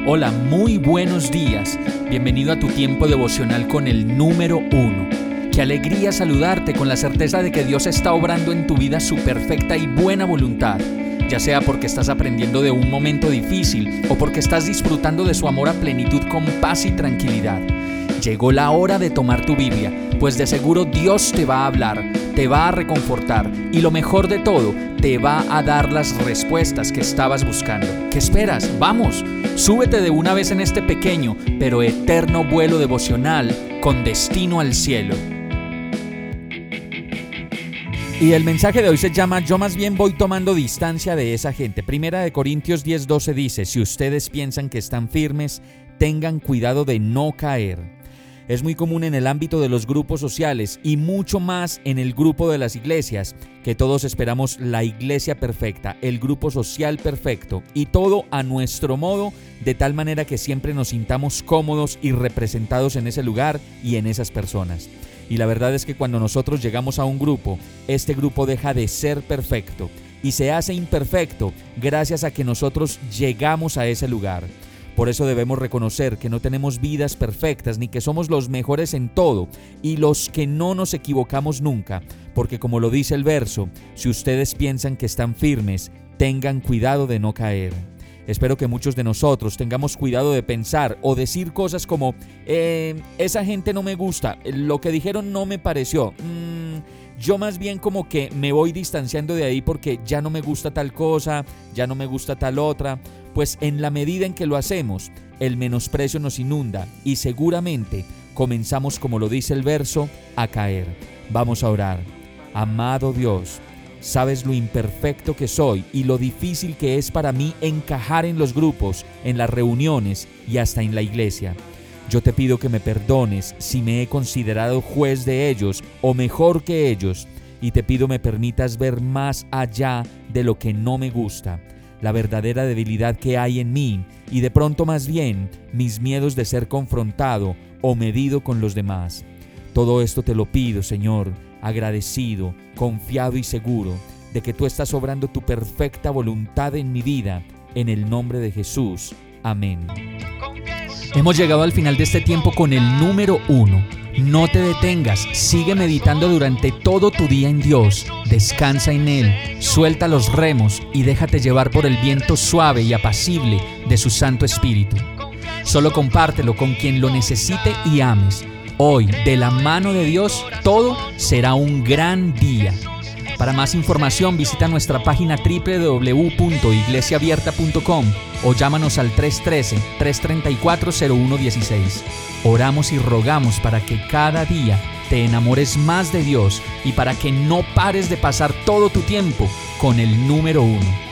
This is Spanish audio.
Hola, muy buenos días. Bienvenido a tu tiempo devocional con el número 1. Qué alegría saludarte con la certeza de que Dios está obrando en tu vida su perfecta y buena voluntad, ya sea porque estás aprendiendo de un momento difícil o porque estás disfrutando de su amor a plenitud con paz y tranquilidad. Llegó la hora de tomar tu Biblia, pues de seguro Dios te va a hablar, te va a reconfortar y lo mejor de todo, te va a dar las respuestas que estabas buscando. ¿Qué esperas? ¡Vamos! Súbete de una vez en este pequeño pero eterno vuelo devocional con destino al cielo. Y el mensaje de hoy se llama Yo más bien voy tomando distancia de esa gente. Primera de Corintios 10:12 dice: si ustedes piensan que están firmes, tengan cuidado de no caer. Es muy común en el ámbito de los grupos sociales y mucho más en el grupo de las iglesias, que todos esperamos la iglesia perfecta, el grupo social perfecto y todo a nuestro modo, de tal manera que siempre nos sintamos cómodos y representados en ese lugar y en esas personas. Y la verdad es que cuando nosotros llegamos a un grupo, este grupo deja de ser perfecto y se hace imperfecto gracias a que nosotros llegamos a ese lugar. Por eso debemos reconocer que no tenemos vidas perfectas ni que somos los mejores en todo y los que no nos equivocamos nunca, porque como lo dice el verso, si ustedes piensan que están firmes, tengan cuidado de no caer. Espero que muchos de nosotros tengamos cuidado de pensar o decir cosas como esa gente no me gusta, lo que dijeron no me pareció, yo más bien como que me voy distanciando de ahí porque ya no me gusta tal cosa, ya no me gusta tal otra. Pues en la medida en que lo hacemos, el menosprecio nos inunda y seguramente comenzamos, como lo dice el verso, a caer. Vamos a orar. Amado Dios, sabes lo imperfecto que soy y lo difícil que es para mí encajar en los grupos, en las reuniones y hasta en la iglesia. Yo te pido que me perdones si me he considerado juez de ellos o mejor que ellos, y te pido me permitas ver más allá de lo que no me gusta, la verdadera debilidad que hay en mí y de pronto más bien mis miedos de ser confrontado o medido con los demás. Todo esto te lo pido, Señor, agradecido, confiado y seguro de que tú estás obrando tu perfecta voluntad en mi vida, en el nombre de Jesús. Amén. Hemos llegado al final de este tiempo con el número 1. No te detengas, sigue meditando durante todo tu día en Dios, descansa en Él, suelta los remos y déjate llevar por el viento suave y apacible de su Santo Espíritu. Solo compártelo con quien lo necesite y ames. Hoy, de la mano de Dios, todo será un gran día. Para más información visita nuestra página www.iglesiaabierta.com o llámanos al 313-334-0116. Oramos y rogamos para que cada día te enamores más de Dios y para que no pares de pasar todo tu tiempo con el número 1.